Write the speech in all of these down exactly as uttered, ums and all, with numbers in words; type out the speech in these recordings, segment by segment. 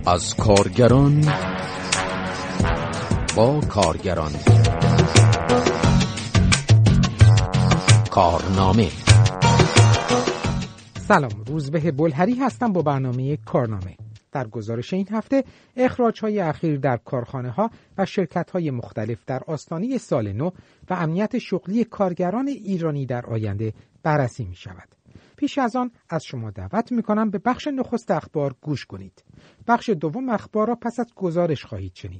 از کارگران با کارگران. کارنامه. سلام، روزبه بلهری هستم با برنامه کارنامه. در گزارش این هفته اخراج‌های اخیر در کارخانه‌ها و شرکت‌های مختلف در آستانه سال نو و امنیت شغلی کارگران ایرانی در آینده بررسی می‌شود. پیش از آن از شما دعوت می‌کنم به بخش نخست اخبار گوش کنید. بخش دوم اخبار را پس از گزارش خواهید شنید.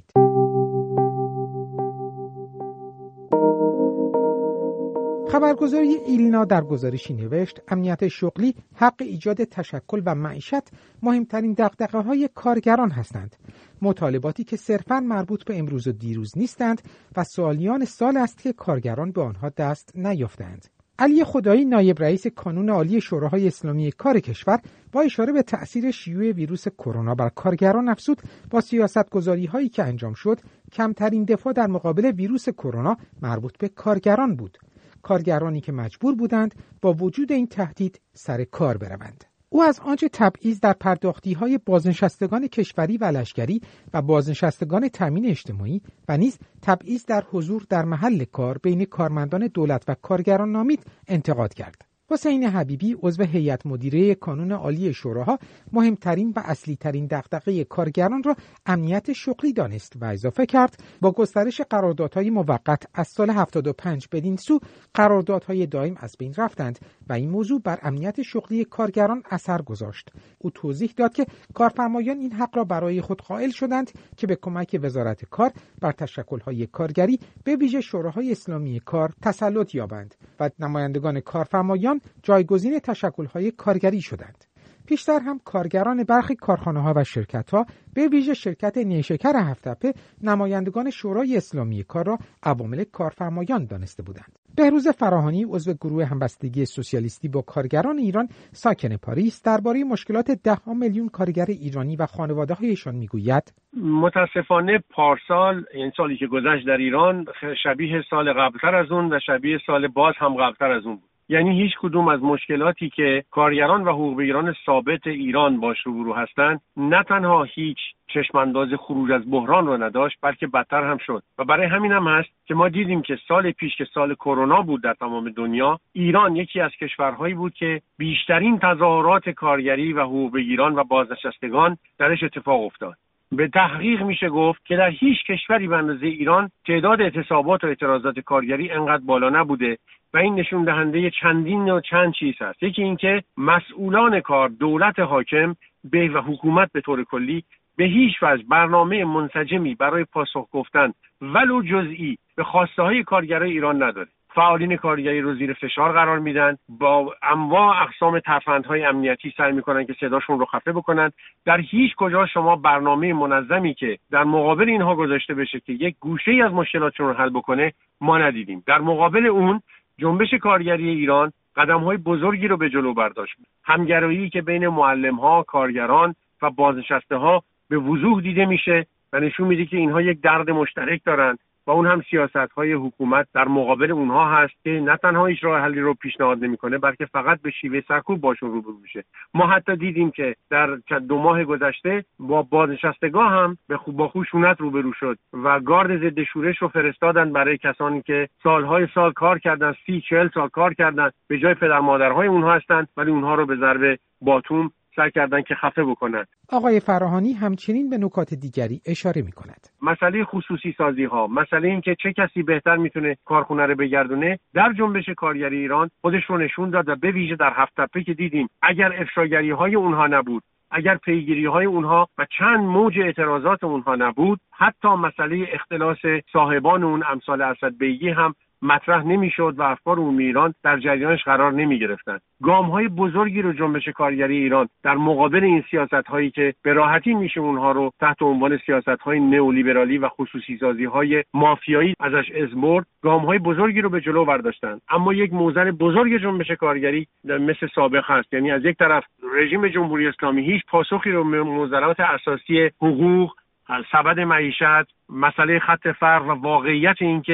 خبرگزاری ایلنا در گزارشی نوشت امنیت شغلی، حق ایجاد تشکل و معیشت مهمترین دغدغه‌های کارگران هستند. مطالباتی که صرفاً مربوط به امروز و دیروز نیستند و سالیان سال است که کارگران به آنها دست نیافتند. علی خدایی، نایب رئیس کانون عالی شوراهای اسلامی کار کشور، با اشاره به تأثیر شیوع ویروس کرونا بر کارگران افزود با سیاست‌گذاری‌هایی که انجام شد کمترین دفاع در مقابل ویروس کرونا مربوط به کارگران بود. کارگرانی که مجبور بودند با وجود این تهدید سر کار بروند. او از آنچه تبعیض در پرداختی‌های بازنشستگان کشوری و لشکری و بازنشستگان تامین اجتماعی و نیز تبعیض در حضور در محل کار بین کارمندان دولت و کارگران نامید انتقاد کرد. حسین حبیبی، عضو هیئت مدیره کانون عالی شوراها، مهمترین و اصلی ترین دغدغه کارگران را امنیت شغلی دانست و اضافه کرد با گسترش قراردادهای موقت از سال هفتاد و پنج بدین سو قراردادهای دائم از بین رفتند و این موضوع بر امنیت شغلی کارگران اثر گذاشت. او توضیح داد که کارفرمایان این حق را برای خود قائل شدند که به کمک وزارت کار بر تشکل‌های کارگری به ویژه شوراهای اسلامی کار تسلط یابند و نمایندگان کارفرمایان جایگزین تشکل‌های کارگری شدند. پیشتر هم کارگران برخی کارخانه‌ها و شرکت‌ها به ویژه شرکت نیشکر هفت‌تپه نمایندگان شورای اسلامی کار را عوامل کارفرمایان دانسته بودند. بهروز فراهانی، عضو گروه همبستگی سوسیالیستی با کارگران ایران ساکن پاریس، درباره مشکلات ده میلیون کارگر ایرانی و خانواده‌هایشان میگوید: متاسفانه پارسال، این سالی که گذشت در ایران، شبیه سال قبلتر از اون و شبیه سال باز هم قبلتر از اون بود. یعنی هیچ کدوم از مشکلاتی که کارگران و حقوق بگیران ثابت ایران باش روبرو هستند نه تنها هیچ چشمانداز خروج از بحران رو نداشت، بلکه بدتر هم شد. و برای همین هم هست که ما دیدیم که سال پیش که سال کرونا بود در تمام دنیا، ایران یکی از کشورهایی بود که بیشترین تظاهرات کارگری و حقوق بگیران و بازنشستگان درش اتفاق افتاد. به تحقیق میشه گفت که در هیچ کشوری به اندازه ایران تعداد اعتصابات و اعتراضات کارگری انقدر بالا نبوده و این نشون دهنده چندین و چند چیز هست. یکی اینکه مسئولان کار، دولت حاکم به و حکومت به طور کلی به هیچ وجه برنامه منسجمی برای پاسخ گفتن ولو جزئی به خواسته های کارگرای ایران نداره. فعالین کارگری رو زیر فشار قرار میدن، با انواع اقسام ترفندهای امنیتی سعی میکنن که صداشون رو خفه بکنن. در هیچ کجا شما برنامه منظمی که در مقابل اینها گذاشته بشه که یک گوشه‌ای از مشکلاتشون رو حل بکنه ما ندیدیم. در مقابل اون جنبش کارگری ایران قدم‌های بزرگی رو به جلو برداشت. همگرایی که بین معلم‌ها، کارگران و بازنشسته‌ها به وضوح دیده میشه و نشون میده که اینها یک درد مشترک دارن و اون هم سیاست‌های حکومت در مقابل اونها هست که نه تنها هیچ راه حلی رو پیشنهاد نمی‌کنه بلکه فقط به شیوه سرکوب باشون روبرو میشه. ما حتی دیدیم که در دو ماه گذشته با بازنشستگان هم به خوب با خشونت روبرو شد و گارد ضد شورش رو فرستادن برای کسانی که سالهای سال کار کردن، سی چهل سال کار کردن، به جای پدر مادرهای اونها هستن ولی اونها رو به ضرب باتوم سعی کردن که خفه بکنن. آقای فراهانی همچنین به نکات دیگری اشاره می‌کند. مسئله خصوصی سازی ها، مسئله این که چه کسی بهتر میتونه کارخونه رو بگردونه، در جنبش کارگری ایران خودش رو نشون داد و به ویژه در هفت‌تپه که دیدیم اگر افشاگری های اونها نبود، اگر پیگیری های اونها و چند موج اعتراضات اونها نبود، حتی مسئله اختلاس صاحبان اون امثال اسد بیگی هم مطرح نمیشد و افکار عمومی ایران در جریانش قرار نمی گرفتند. گام‌های بزرگی رو جنبش کارگری ایران در مقابل این سیاست‌هایی که به راحتی میشه اونها رو تحت عنوان سیاست‌های نئولیبرالی و خصوصی سازی‌های مافیایی ازش ازمرد، گام‌های بزرگی رو به جلو برداشتن. اما یک موزل بزرگ جنبش کارگری مثل سابق هست، یعنی از یک طرف رژیم جمهوری اسلامی هیچ پاسخی رو به معضلات اساسی حقوق، سبد معیشت، مسئله خط فقر و واقعیت اینکه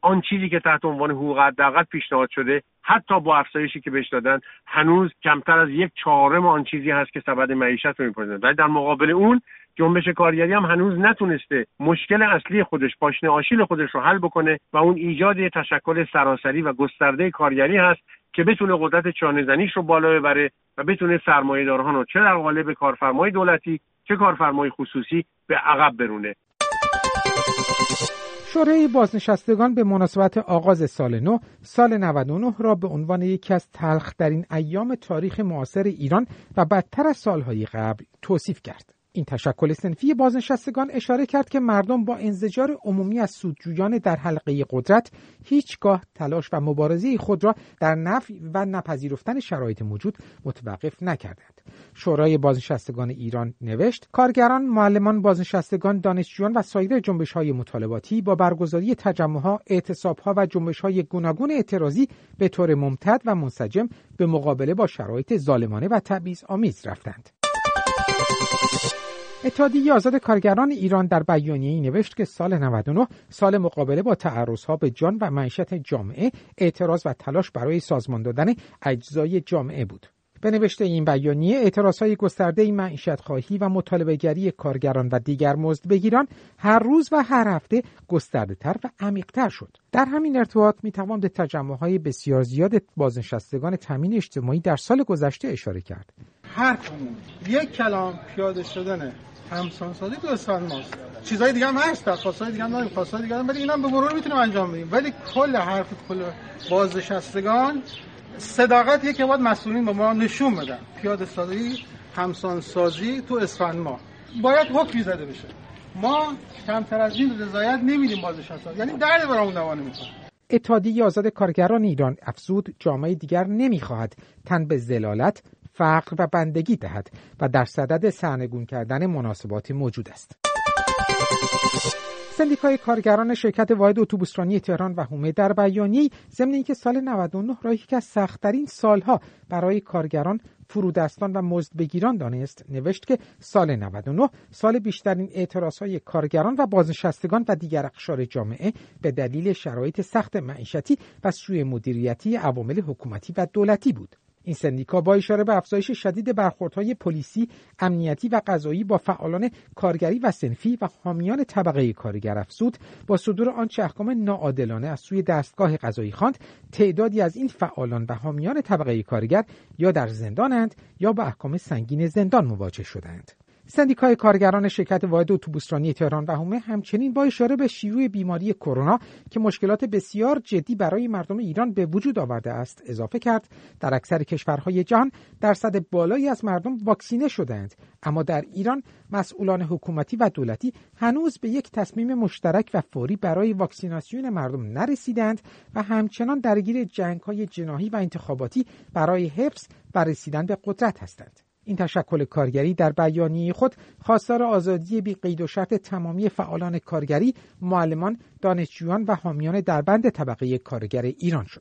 آن چیزی که تحت عنوان حقوق حداقل پیشنهاد شده حتی با افزایشی که بهش دادن هنوز کمتر از یک چهارم آن چیزی هست که سبد معیشت رو می‌پردازه. ولی در مقابل اون جنبش کارگری هم هنوز نتونسته مشکل اصلی خودش، پاشنه آشیل خودش رو حل بکنه و اون ایجاد یک تشکل سراسری و گسترده کارگری هست که بتونه قدرت چانه‌زنیش رو بالا ببره و بتونه سرمایه‌داران رو چه در قالب کارفرمای دولتی چه کارفرمای خصوصی به عقب برونه. شورای بازنشستگان به مناسبت آغاز سال نو، سال نود و نه را به عنوان یکی از تلخ‌ترین ایام تاریخ معاصر ایران و بدتر از سالهای قبل توصیف کرد. این تشکل صنفی بازنشستگان اشاره کرد که مردم با انزجار عمومی از سودجویان در حلقه قدرت هیچگاه تلاش و مبارزه خود را در نفی و نپذیرفتن شرایط موجود متوقف نکردند. شورای بازنشستگان ایران نوشت: کارگران، معلمان، بازنشستگان، دانشجویان و سایر جنبش‌های مطالباتی با برگزاری تجمع‌ها، اعتصاب‌ها و جنبش‌های گوناگون اعتراضی به طور ممتد و منسجم به مقابله با شرایط ظالمانه و تبعیض‌آمیز رفتند. اتحادیه آزاد کارگران ایران در بیانیه‌ای نوشت که سال نود و نه سال مقابله با تعرض‌ها به جان و معیشت جامعه، اعتراض و تلاش برای سازمان دادن اجزای جامعه بود. به نوشته این بیانیه، اعتراضهای گسترده معیشت‌خواهی و مطالبه‌گری کارگران و دیگر مزدبگیران هر روز و هر هفته گسترده‌تر و عمیق‌تر شد. در همین ارتباط می‌توان به تجمع‌های بسیار زیاد بازنشستگان تامین اجتماعی در سال گذشته اشاره کرد. هر کدوم یک کلام پیاده شدن همسانسازی تو اسفند ماست. چیزای دیگه هم هست، درخواستای دیگه هم داریم، خواستای دیگه هم، ولی اینا هم به مرور میتونیم انجام بدیم. ولی کل حرف کل بازنشستگان صداقتیه که باید مسئولین به ما نشون بدن. پیاده سازی، همسانسازی تو اسفند ماه باید حکمی زده بشه. ما کمتر از این رضایت نمیدیم بازنشستگان، یعنی درد برامون دوا نمیکنه. اتحادیه آزاد کارگران ایران افزود: جامعه دیگر نمیخواهد تن به ذلالت، فقر و بندگی دهد و در صدد سرنگون کردن مناسبات موجود است. سندیکای کارگران شرکت واحد اتوبوسرانی تهران و حومه در بیانیه‌ای ضمن اینکه سال نود و نه را یکی از سخت‌ترین سالها برای کارگران، فرودستان و مزدبگیران دانست، نوشت که سال نود و نه سال بیشترین اعتراضهای کارگران و بازنشستگان و دیگر اقشار جامعه به دلیل شرایط سخت معیشتی و سوء مدیریتی عوامل حکومتی و دولتی بود. این سندیکا با اشاره به افزایش شدید برخوردهای پلیسی، امنیتی و قضایی با فعالان کارگری و صنفی و حامیان طبقه کارگر افزود: با صدور آنچه احکام ناعادلانه از سوی دستگاه قضایی خواند، تعدادی از این فعالان و حامیان طبقه کارگر یا در زندانند یا با احکام سنگین زندان مواجه شدند. سندیکای کارگران شرکت واحد اتوبوسرانی تهران و حومه همچنین با اشاره به شیوع بیماری کرونا که مشکلات بسیار جدی برای مردم ایران به وجود آورده است اضافه کرد: در اکثر کشورهای جهان درصد بالایی از مردم واکسینه شدند، اما در ایران مسئولان حکومتی و دولتی هنوز به یک تصمیم مشترک و فوری برای واکسیناسیون مردم نرسیدند و همچنان درگیر جنگ‌های جناحی و انتخاباتی برای حفظ و رسیدن به قدرت هستند. این تشکل کارگری در بیانیه خود خواستار آزادی بی قید و شرط تمامی فعالان کارگری، معلمان، دانشجویان و حامیان دربند طبقه کارگر ایران شد.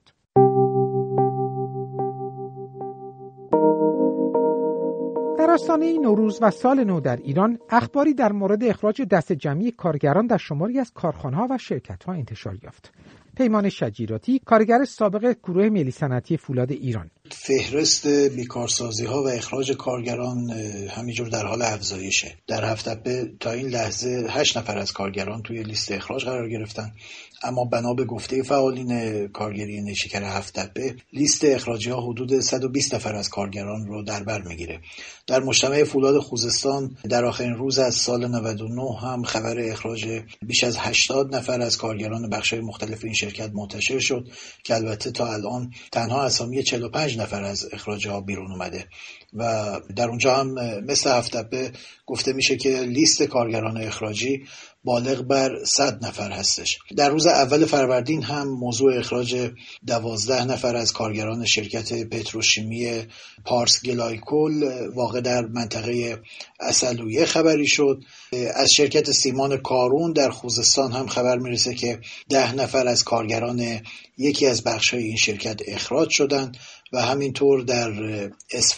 در آستانه نوروز و سال نو در ایران، اخباری در مورد اخراج دست جمعی کارگران در شماری از کارخانه‌ها و شرکت‌ها انتشار یافت. پیمان شجیراتی، کارگر سابق گروه ملی صنعتی فولاد ایران: فهرست بیکارسازی‌ها و اخراج کارگران همینجور در حال افزایشه. در هفت‌تپه تا این لحظه هشت نفر از کارگران توی لیست اخراج قرار گرفتن، اما بنا به گفته فعالین کارگری نیشکر هفت‌تپه لیست اخراجی‌ها حدود صد و بیست نفر از کارگران رو در بر میگیره. در مجتمع فولاد خوزستان در آخرین روز از سال نود و نه هم خبر اخراج بیش از هشتاد نفر از کارگران بخش‌های مختلف این شرکت منتشر شد که البته تا الان تنها اسامی چهل و پنج نفر از اخراج‌ها بیرون اومده و در اونجا هم مثل هفت‌تپه گفته میشه که لیست کارگران اخراجی بالغ بر صد نفر هستش. در روز اول فروردین هم موضوع اخراج دوازده نفر از کارگران شرکت پتروشیمی پارس گلایکول واقع در منطقه عسلویه خبری شد. از شرکت سیمان کارون در خوزستان هم خبر میرسه که ده نفر از کارگران یکی از بخش‌های این شرکت اخراج شدند و همینطور در اسفند ماه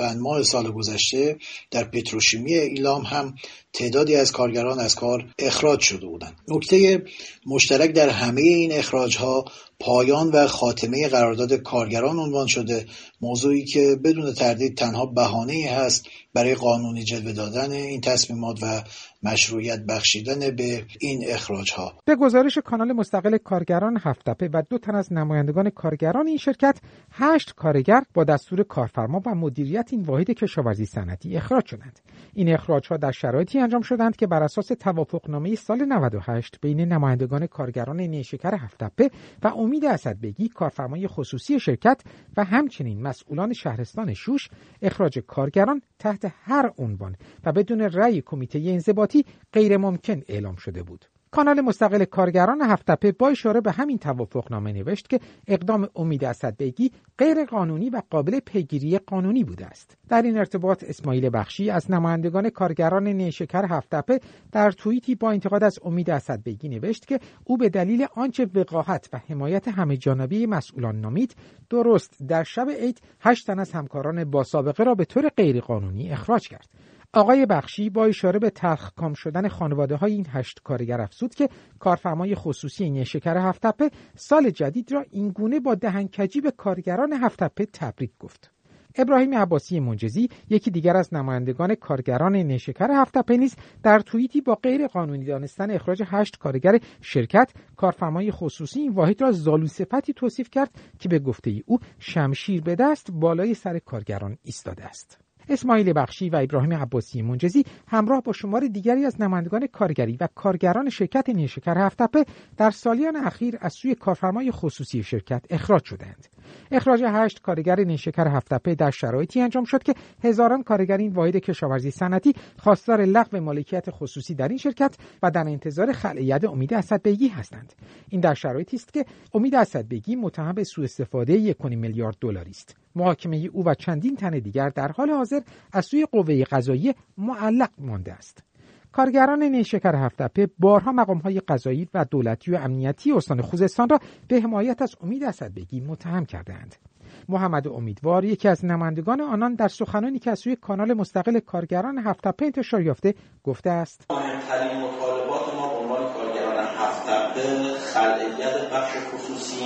سال گذشته در پتروشیمی ایلام هم تعدادی از کارگران از کار اخراج شده بودند. نکته مشترک در همه این اخراج‌ها پایان و خاتمه قرارداد کارگران عنوان شده، موضوعی که بدون تردید تنها بهانه‌ای هست برای قانونی جلوه دادن این تصمیمات و مشروعیت بخشیدن به این اخراج‌ها. به گزارش کانال مستقل کارگران هفت‌تپه و دو تن از نمایندگان کارگران این شرکت، هشت کارگر با دستور کارفرما و مدیریت این واحد کشاورزی صنعتی اخراج شدند. این اخراج‌ها در شرایطی انجام شدند که بر اساس توافقنامه سال نود و هشت بین نمایندگان کارگران نیشکر هفت‌تپه و امید اسدبگی کارفرمای خصوصی شرکت و همچنین مسئولان شهرستان شوش، اخراج کارگران تحت هر عنوان و بدون رأی کمیته انضباطی غیر ممکن اعلام شده بود. کانال مستقل کارگران هفت‌تپه با اشاره به همین توافقنامه نوشت که اقدام امید اسدبگی غیر قانونی و قابل پیگیری قانونی بوده است. در این ارتباط اسماعیل بخشی از نمایندگان کارگران نیشکر هفت‌تپه در توییتی با انتقاد از امید اسدبگی نوشت که او به دلیل آنچه وقاحت و حمایت همه‌جانبه مسئولان نامید، درست در شب عید هشت تن از همکاران با سابقه را به طور غیر قانونی اخراج کرد. آقای بخشی با اشاره به تلخکام شدن خانواده‌های این هشت کارگر افزود که کارفرمای خصوصی نیشکر هفت‌تپه سال جدید را این گونه با دهنکجی به کارگران هفت‌تپه تبریک گفت. ابراهیم عباسی منجزی، یکی دیگر از نمایندگان کارگران نیشکر هفت‌تپه نیز در توییتی با غیر قانونی دانستن اخراج هشت کارگر شرکت، کارفرمای خصوصی این واحد را زالوصفتی توصیف کرد که به گفته او شمشیر به دست بالای سر کارگران ایستاده است. اسماعیل بخشی و ابراهیم عباسی منجزی همراه با شمار دیگری از نمایندگان کارگری و کارگران شرکت نیشکر هفت‌تپه در سالیان اخیر از سوی کارفرمای خصوصی شرکت اخراج شدند. اخراج هشت کارگر نیشکر هفت‌تپه در شرایطی انجام شد که هزاران کارگر این واحد کشاورزی صنعتی خواستار لغو مالکیت خصوصی در این شرکت و در انتظار خلع ید امید اسدبگی هستند. این در شرایطی است که امید اسدبگی متهم به سوء استفاده یک و نیم میلیارد دلاری است. محاکمه او و چندین تن دیگر در حال حاضر از سوی قوه قضاییه معلق مانده است. کارگران نیشکر هفت‌تپه بارها مقام‌های قضایی و دولتی و امنیتی استان خوزستان را به حمایت از امید اسدبگی متهم کردند. محمد امیدوار، یکی از نمایندگان آنان، در سخنانی که از سوی کانال مستقل کارگران هفت‌تپه انتشار یافته گفته است: مهمترین مطالبات ما به عنوان کارگران هفت‌تپه خلع ید بخش خصوصی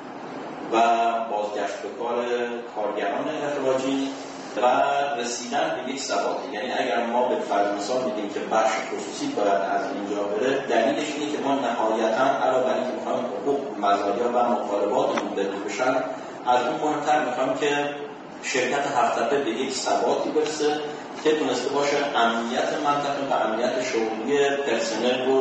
و بازگشت به کار کارگران اخراجی و رسیدن به یک ثباتی. یعنی اگر ما به فرض مثال میدیم که بخش خصوصی باید از اینجا بره، دلیلش اینه که ما نهایتاً علاوه بر اینکه می‌خوایم حقوق، مزایا و مطالباتمون بدون بشن، از اون مهمتر می‌خوایم که شرکت هفت‌تپه به یک ثباتی برسه که تونسته باشه امنیت منطقه و امنیت شغلی پرسنل رو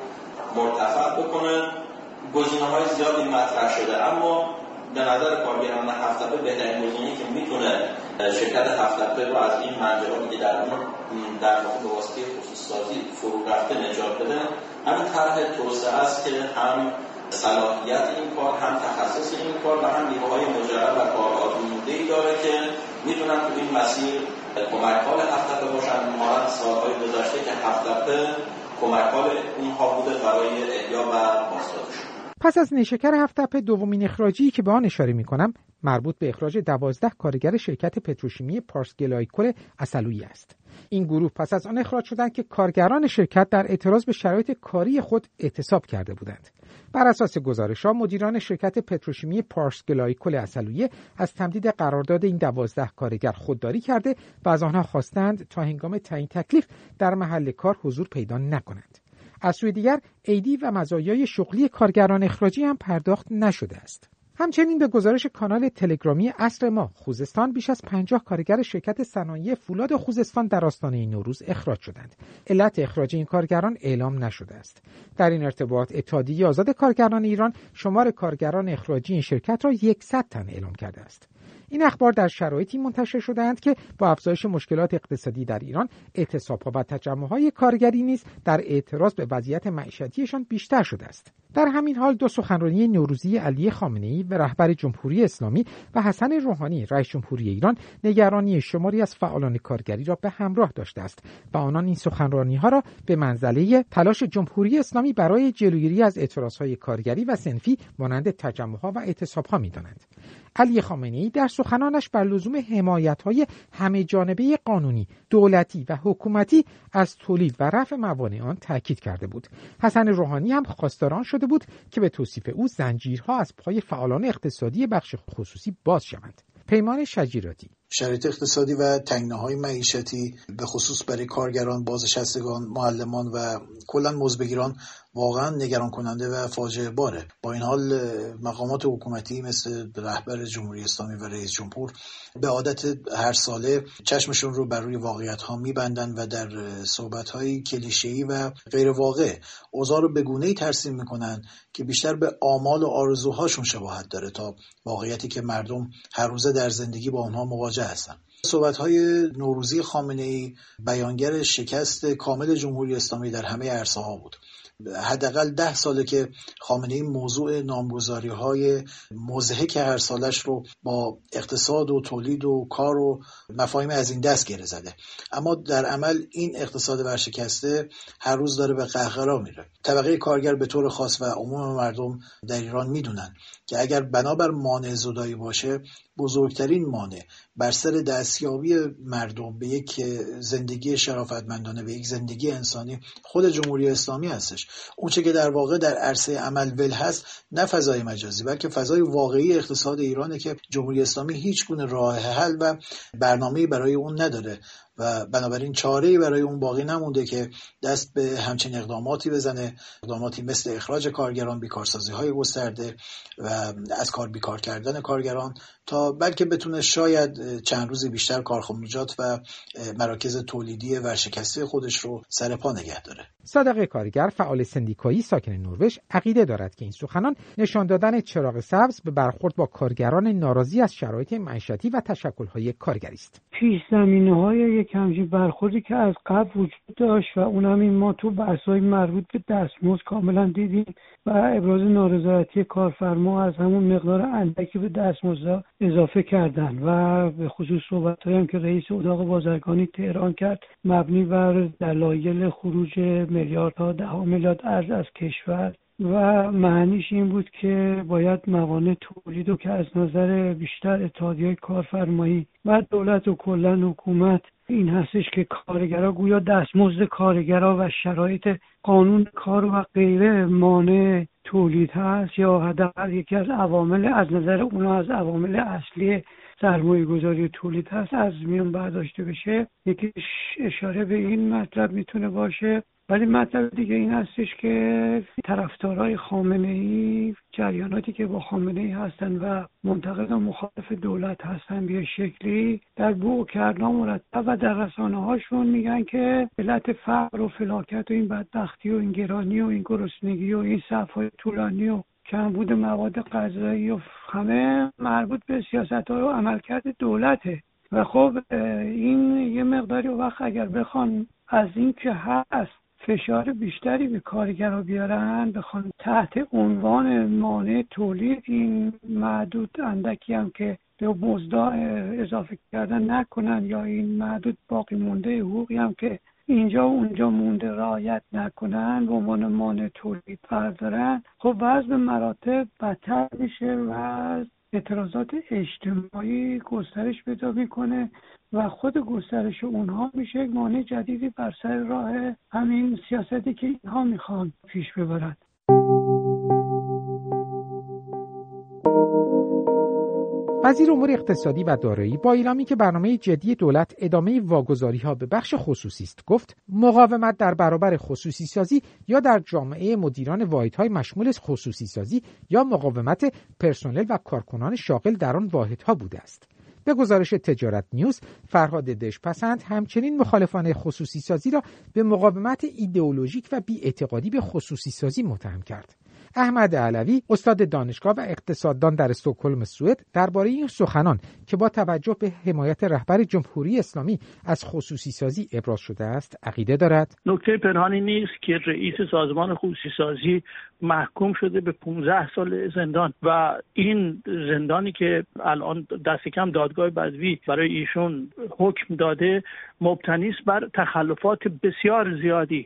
مرتفع بکنه. گزینه‌های زیادی مطرح شده، اما به نظر کارگران هفت‌تپه بهترین گزینه‌ای که میتونه شرکت هفت‌تپه رو از این منجراتی که در اون در واقع به واسطه خصوصی‌سازی فرو رفته نجات بده، همین طرح توسعه است که هم صلاحیت این کار، هم تخصص این کار و هم نیروهای مجرد و کارآزموده‌ای داره که میتونن تو این مسیر کمک‌حال هفت‌تپه باشن. مانند سال‌های گذشته که هفت‌تپه کمک‌حال اونها بوده برای احیا و بازسازی. پس از نیشکر هفت‌تپه، دومین اخراجی که به آن اشاره می‌کنم مربوط به اخراج دوازده کارگر شرکت پتروشیمی پارس گلایکول عسلویی است. این گروه پس از آن اخراج شدند که کارگران شرکت در اعتراض به شرایط کاری خود اعتصاب کرده بودند. بر اساس گزارش‌ها، مدیران شرکت پتروشیمی پارس گلایکول عسلویی از تمدید قرارداد این دوازده کارگر خودداری کرده و از آنها خواستند تا هنگام تعیین تکلیف در محل کار حضور پیدا نکنند. از سوی دیگر، عیدی و مزایای شغلی کارگران اخراجی هم پرداخت نشده است. همچنین به گزارش کانال تلگرامی عصر ما خوزستان، بیش از پنجاه کارگر شرکت صنایع فولاد خوزستان در آستانه نوروز اخراج شدند. علت اخراج این کارگران اعلام نشده است. در این ارتباط، اتحادیه آزاد کارگران ایران شمار کارگران اخراجی این شرکت را صد تن اعلام کرده است. این اخبار در شرایطی منتشر شده‌اند که با افزایش مشکلات اقتصادی در ایران، اعتصاب‌ها و تجمع‌های کارگری نیز در اعتراض به وضعیت معیشتیشان بیشتر شده است. در همین حال دو سخنرانی نوروزی علی خامنه‌ای و رهبر جمهوری اسلامی و حسن روحانی رئیس جمهوری ایران نگرانی شماری از فعالان کارگری را به همراه داشته است و آنان این سخنرانی‌ها را به منزله تلاش جمهوری اسلامی برای جلوگیری از اعتراض‌های کارگری و صنفی مانند تجمع‌ها و اعتصاب‌ها می‌دانند. علی خامنه‌ای در سخنانش بر لزوم حمایت‌های همه جانبه قانونی، دولتی و حکومتی از تولید و رفع موانع آن تاکید کرده بود. حسن روحانی هم خواستار آن شده بود که به توصیف او زنجیرها از پای فعالان اقتصادی بخش خصوصی باز شوند. پیمان شجیراتی: شرایط اقتصادی و تنگناهای معیشتی به خصوص برای کارگران، بازنشستگان، معلمان و کلاً مزدبگیران واقعا نگران کننده و فاجعه باره. با این حال مقامات حکومتی مثل رهبر جمهوری اسلامی و رئیس جمهور به عادت هر ساله چشمشون رو بر روی واقعیت ها میبندن و در صحبت های کلیشه‌ای و غیر واقع اوضاع رو به گونه‌ای ترسیم میکنن که بیشتر به آمال و آرزوهاشون شباهت داره تا واقعیتی که مردم هر روزه در زندگی با اونها مواجه هستن. صحبت‌های نوروزی خامنه‌ای بیانگر شکست کامل جمهوری اسلامی در همه عرصه‌ها بود. حداقل ده ساله که خامنه‌ای موضوع نامگذاری‌های مضحک هر سالش رو با اقتصاد و تولید و کار و مفاهیم از این دست گره زده، اما در عمل این اقتصاد ورشکسته هر روز داره به قهقرا میره. طبقه کارگر به طور خاص و عموم مردم در ایران میدونن که اگر بنابر مانع زدایی باشه، بزرگترین مانع بر سر دستیابی مردم به یک زندگی شرافتمندانه، به یک زندگی انسانی، خود جمهوری اسلامی هستش. اون چه که در واقع در عرصه عمل ول هست، نه فضای مجازی بلکه فضای واقعی اقتصاد ایرانه که جمهوری اسلامی هیچ گونه راه حل و برنامه‌ای برای اون نداره و بنابراین چاره‌ای برای اون باقی نمونده که دست به همچین اقداماتی بزنه، اقداماتی مثل اخراج کارگران، بیکارسازی‌های گسترده و از کار بیکار کردن کارگران، تا بلکه بتونه شاید چند روزی بیشتر کارخانجات و مراکز تولیدی ورشکسته خودش رو سر پا نگه داره. صادق کارگر، فعال سندیکایی ساکن نروژ، عقیده دارد که این سخنان نشان دادن چراغ سبز به برخورد با کارگران ناراضی از شرایط معیشتی و تشکل‌های کارگری است. پیش زمینه‌های یک همچین برخوردی که از قبل وجود داشت و اون همین ما تو بحث‌های مربوط به دستمزد کاملا دیدیم و ابراز نارضایتی کارفرما از همون مقدار اندکی به دستمزد اضافه کردن و به خصوص صحبت‌هایی هم که رئیس اتاق بازرگانی تهران کرد مبنی بر دلایل خروج میلیاردها ده میلیارد ارز از کشور و معنیش این بود که باید موانع تولید رو که از نظر بیشتر اتحادیه‌های کارفرمایی و دولت و کلاً حکومت این هستش که کارگرها گویا دستمزد کارگرها و شرایط قانون کار و غیره مانع تولید هست یا حداقل یکی از عوامل از نظر اونا از عوامل اصلی سرمایه گذاری و تولید هست از میان برداشته بشه. یکی اشاره به این مطلب میتونه باشه. ولی مطلب دیگه این هستش که طرفدارای خامنه‌ای، جریاناتی که با خامنه‌ای هستن و منتقد و مخالف دولت هستن به شکلی در بوق کردن مرتب و در رسانه‌هاشون میگن که علت فقر و فلاکت و این بدبختی و این گرانی و این گرسنگی و این صف‌های طولانی و کمبود مواد غذایی و همه مربوط به سیاست‌ها و عملکرد دولته. و خب این یه مقداری وقت اگر بخوان از این که هست فشار بیشتری به کارگرها بیارن، بخوان تحت عنوان مانع تولید این معدود اندکی هم که به مزدا اضافه کردن نکنن یا این معدود باقی مونده حقوقی هم که اینجا و اونجا مونده رعایت نکنن به عنوان مانع تولید بردارن، خب وضع به مراتب بدتر میشه و اعتراضات اجتماعی گسترش پیدا میکنه و خود گسترش اونها میشه یک مانع جدیدی بر سر راه همین سیاستی که اینها میخوان پیش ببرن. وزیر امور اقتصادی و دارایی با اعلامی که برنامه جدی دولت ادامه واگذاری‌ها به بخش خصوصی است گفت مقاومت در برابر خصوصی سازی یا در جامعه مدیران واحدهای مشمول خصوصی سازی یا مقاومت پرسنل و کارکنان شاغل در آن واحدها بوده است. به گزارش تجارت نیوز، فرهاد دژپسند همچنین مخالفان خصوصی سازی را به مقاومت ایدئولوژیک و بی‌اعتقادی به خصوصی سازی متهم کرد. احمد علوی، استاد دانشگاه و اقتصاددان در استکهلم سوئد، درباره این سخنان که با توجه به حمایت رهبر جمهوری اسلامی از خصوصی سازی ابراز شده است عقیده دارد. نکته پنهانی نیست که رئیس سازمان خصوصی سازی محکوم شده به پانزده سال زندان و این زندانی که الان دست کم دادگاه بدوی برای ایشون حکم داده مبتنی است بر تخلفات بسیار زیادی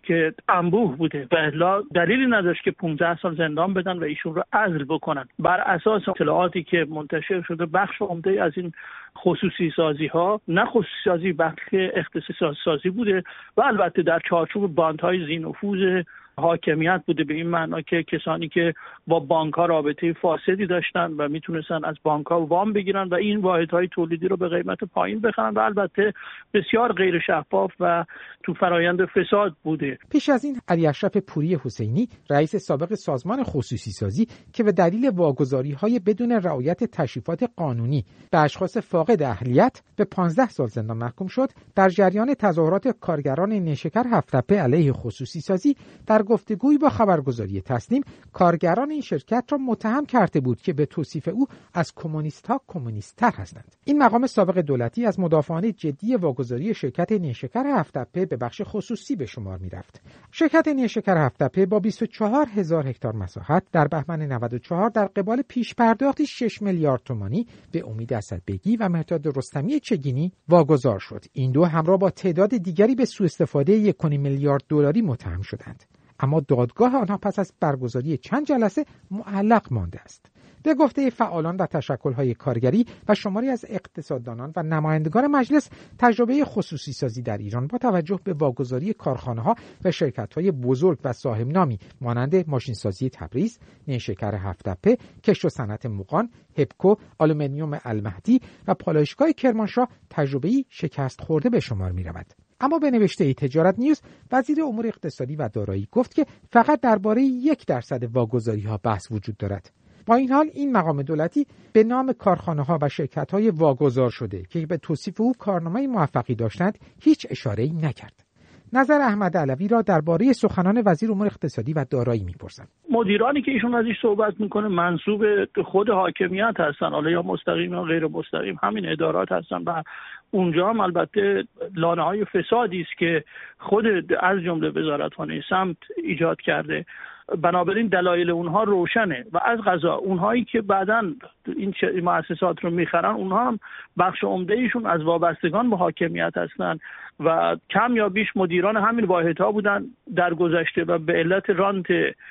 که انبوه بوده و الا دلیلی نداشت که پانزده سال زندان بدن و ایشون رو عزل بکنن. بر اساس اطلاعاتی که منتشر شده بخش عمده از این خصوصی سازی ها نه خصوصی سازی بلکه اختصاصی سازی بوده و البته در چارچوب باندهای ذی‌نفوذ حاکمیت بوده، به این معنا که کسانی که با بانک ها رابطه فاسدی داشتن و میتونستن از بانک ها وام بگیرن و این واحدهای تولیدی رو به قیمت پایین بخرن و البته بسیار غیر شفاف و تو فرایند فساد بوده. پیش از این علی اشرف پوری حسینی رئیس سابق سازمان خصوصی سازی که به دلیل واگذاری های بدون رعایت تشریفات قانونی به اشخاص فاقد اهلیت به پانزده سال زندان محکوم شد، در جریان تظاهرات کارگران نیشکر هفت‌تپه علیه خصوصی سازی در گفتگویی با خبرگزاری تسنیم کارگران این شرکت را متهم کرده بود که به توصیف او از کمونیست‌ها کمونیست‌تر هستند. این مقام سابق دولتی از مدافعان جدی واگذاری شرکت نیشکر هفت‌تپه به بخش خصوصی به شمار می‌رفت. شرکت نیشکر هفت‌تپه با بیست و چهار هزار هکتار مساحت در بهمن نود و چهار در قبال پیش پرداختی شش میلیارد تومانی به امید اسدبگی و مهرداد رستمی چگینی واگذار شد. این دو همراه با تعداد دیگری به سوء استفاده یک و نیم میلیارد دلاری متهم شدند. اما دادگاه آنها پس از برگزاری چند جلسه معلق مانده است. به گفته فعالان و تشکل‌های کارگری و شماری از اقتصاددانان و نمایندگان مجلس، تجربه خصوصی سازی در ایران با توجه به واگذاری کارخانه‌ها و شرکت‌های بزرگ و صاحب نامی مانند ماشینسازی تبریز، نیشکر هفت‌تپه، کشت و صنعت مغان، هپکو، آلومینیوم المهدی و پالایشگاه کرمانشاه تجربه‌ای شکست خورده به شمار می‌رود. اما به نوشته تجارت نیوز، وزیر امور اقتصادی و دارایی گفت که فقط درباره یک درصد واگذاری‌ها بحث وجود دارد. با این حال این مقام دولتی به نام کارخانه‌ها و شرکت‌های واگذار شده که به توصیف او کارنامه موفقی داشتند هیچ اشاره‌ای نکرد. نظر احمد علوی را درباره سخنان وزیر امور اقتصادی و دارایی می‌پرسم. مدیرانی که ایشون ازش صحبت میکنه منسوب خود حاکمیت هستن، حالا یا مستقیم یا غیر مستقیم همین ادارات هستن و اونجا هم البته لانه‌های فسادی است که خود از جمله وزارتخانه سمت ایجاد کرده. بنابراین دلایل اونها روشنه و از قضا اونهایی که بعداً این مؤسسات رو میخرن اونها هم بخش عمده ایشون از وابستگان به حاکمیت هستن و کم یا بیش مدیران همین واحدها بودن در گذشته و به علت رانت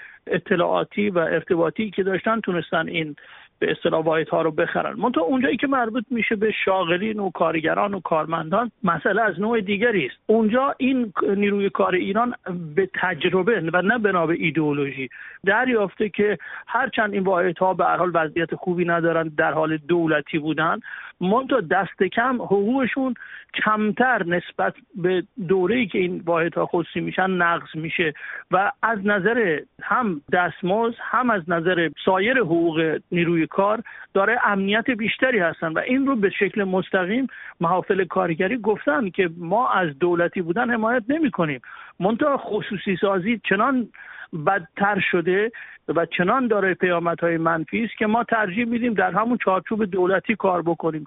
اطلاعاتی و ارتباطی که داشتن تونستن این به اصطلاح واحدها رو بخرن. منتها اونجایی که مربوط میشه به شاغلین و کارگران و کارمندان مسئله از نوع دیگری است. اونجا این نیروی کار ایران به تجربه و نه بنا به ایدئولوژی دریافته که هرچند این واحدها به هر حال وضعیت خوبی ندارن، در حال دولتی بودن، منتها دست کم حقوقشون کمتر نسبت به دوره‌ای که این واحدها خصوصی میشن نقض میشه و از نظر هم دستمزد هم از نظر سایر حقوق نیروی کار داره امنیت بیشتری هستن و این رو به شکل مستقیم محافل کارگری گفتن که ما از دولتی بودن حمایت نمی کنیم. منتها خصوصی سازی چنان بدتر شده و چنان داره پیامدهای منفی است که ما ترجیح میدیم در همون چارچوب دولتی کار بکنیم.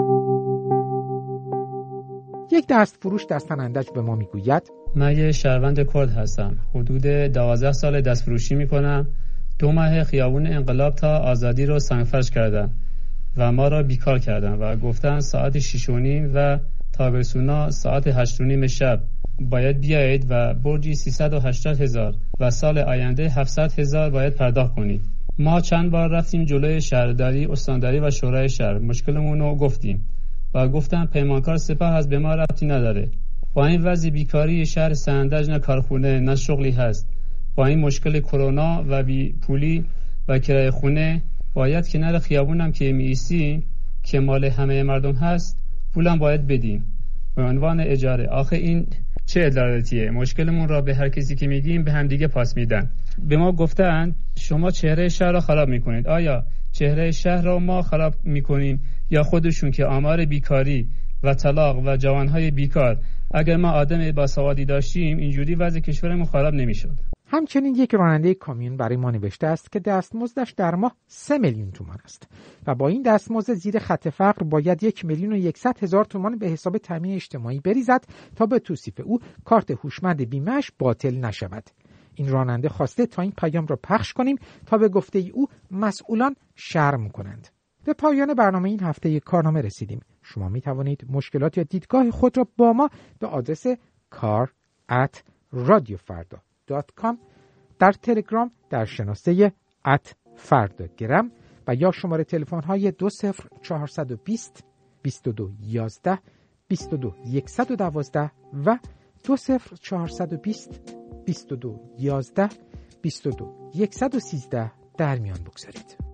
یک دست فروش در سنندج به ما میگوید من یه شهروند کرد هستم. حدود دوازده سال دست فروشی میکنم. دو ماه خیابون انقلاب تا آزادی رو سنگفرش کردن و ما را بیکار کردن و گفتن ساعت شیش و نیم و تابستونا ساعت هشت و نیم شب باید بیایید و برجی سیصد و هشتاد هزار و سال آینده هفتصد هزار باید پرداخت کنید. ما چند بار رفتیم جلوی شهرداری، استانداری و شورای شهر، مشکلمون رو گفتیم و گفتن پیمانکار سپاه از به ما ربطی نداره. با این وضع بیکاری شهر سنندج نه کارخونه نه شغلی هست. با این مشکل کرونا و بی پولی و کرایه خونه باید کنار خیابونم که می‌ایستیم که مال همه مردم هست پولم باید بدیم به عنوان اجاره. آخه این چه عدالتیه؟ مشکلمون را به هر کسی که میگیم به هم دیگه پاس میدن. به ما گفتن شما چهره شهر را خراب میکنید. آیا چهره شهر را ما خراب میکنیم یا خودشون که آمار بیکاری و طلاق و جوانهای بیکار؟ اگر ما آدم باسوادی داشتیم اینجوری وضع کشورمون خراب نمیشد. همچنین یک راننده کامیون برای ما نوشته است که دستمزدش در ماه سه میلیون تومان است و با این دستمزد زیر خط فقر باید یک میلیون و یکصد هزار تومان به حساب تامین اجتماعی بریزد تا به توصیف او کارت هوشمند بیمه‌اش باطل نشود. این راننده خواسته تا این پیام را پخش کنیم تا به گفته ای او مسئولان شرم کنند. به پایان برنامه این هفته کارنامه رسیدیم. شما می توانید مشکلات یا دیدگاه خود را با ما به آدرس کار ات رادیو فردا دات کام، در تلگرام در شناسه ات فرداگرم و یا شماره تلفن های دو صفر چهارصد و بیست بیست و دو یازده بیست و دو صد و دوازده و دو صفر چهارصد و بیست بیست و دو یازده بیست و دو صد و سیزده در میان بگذارید.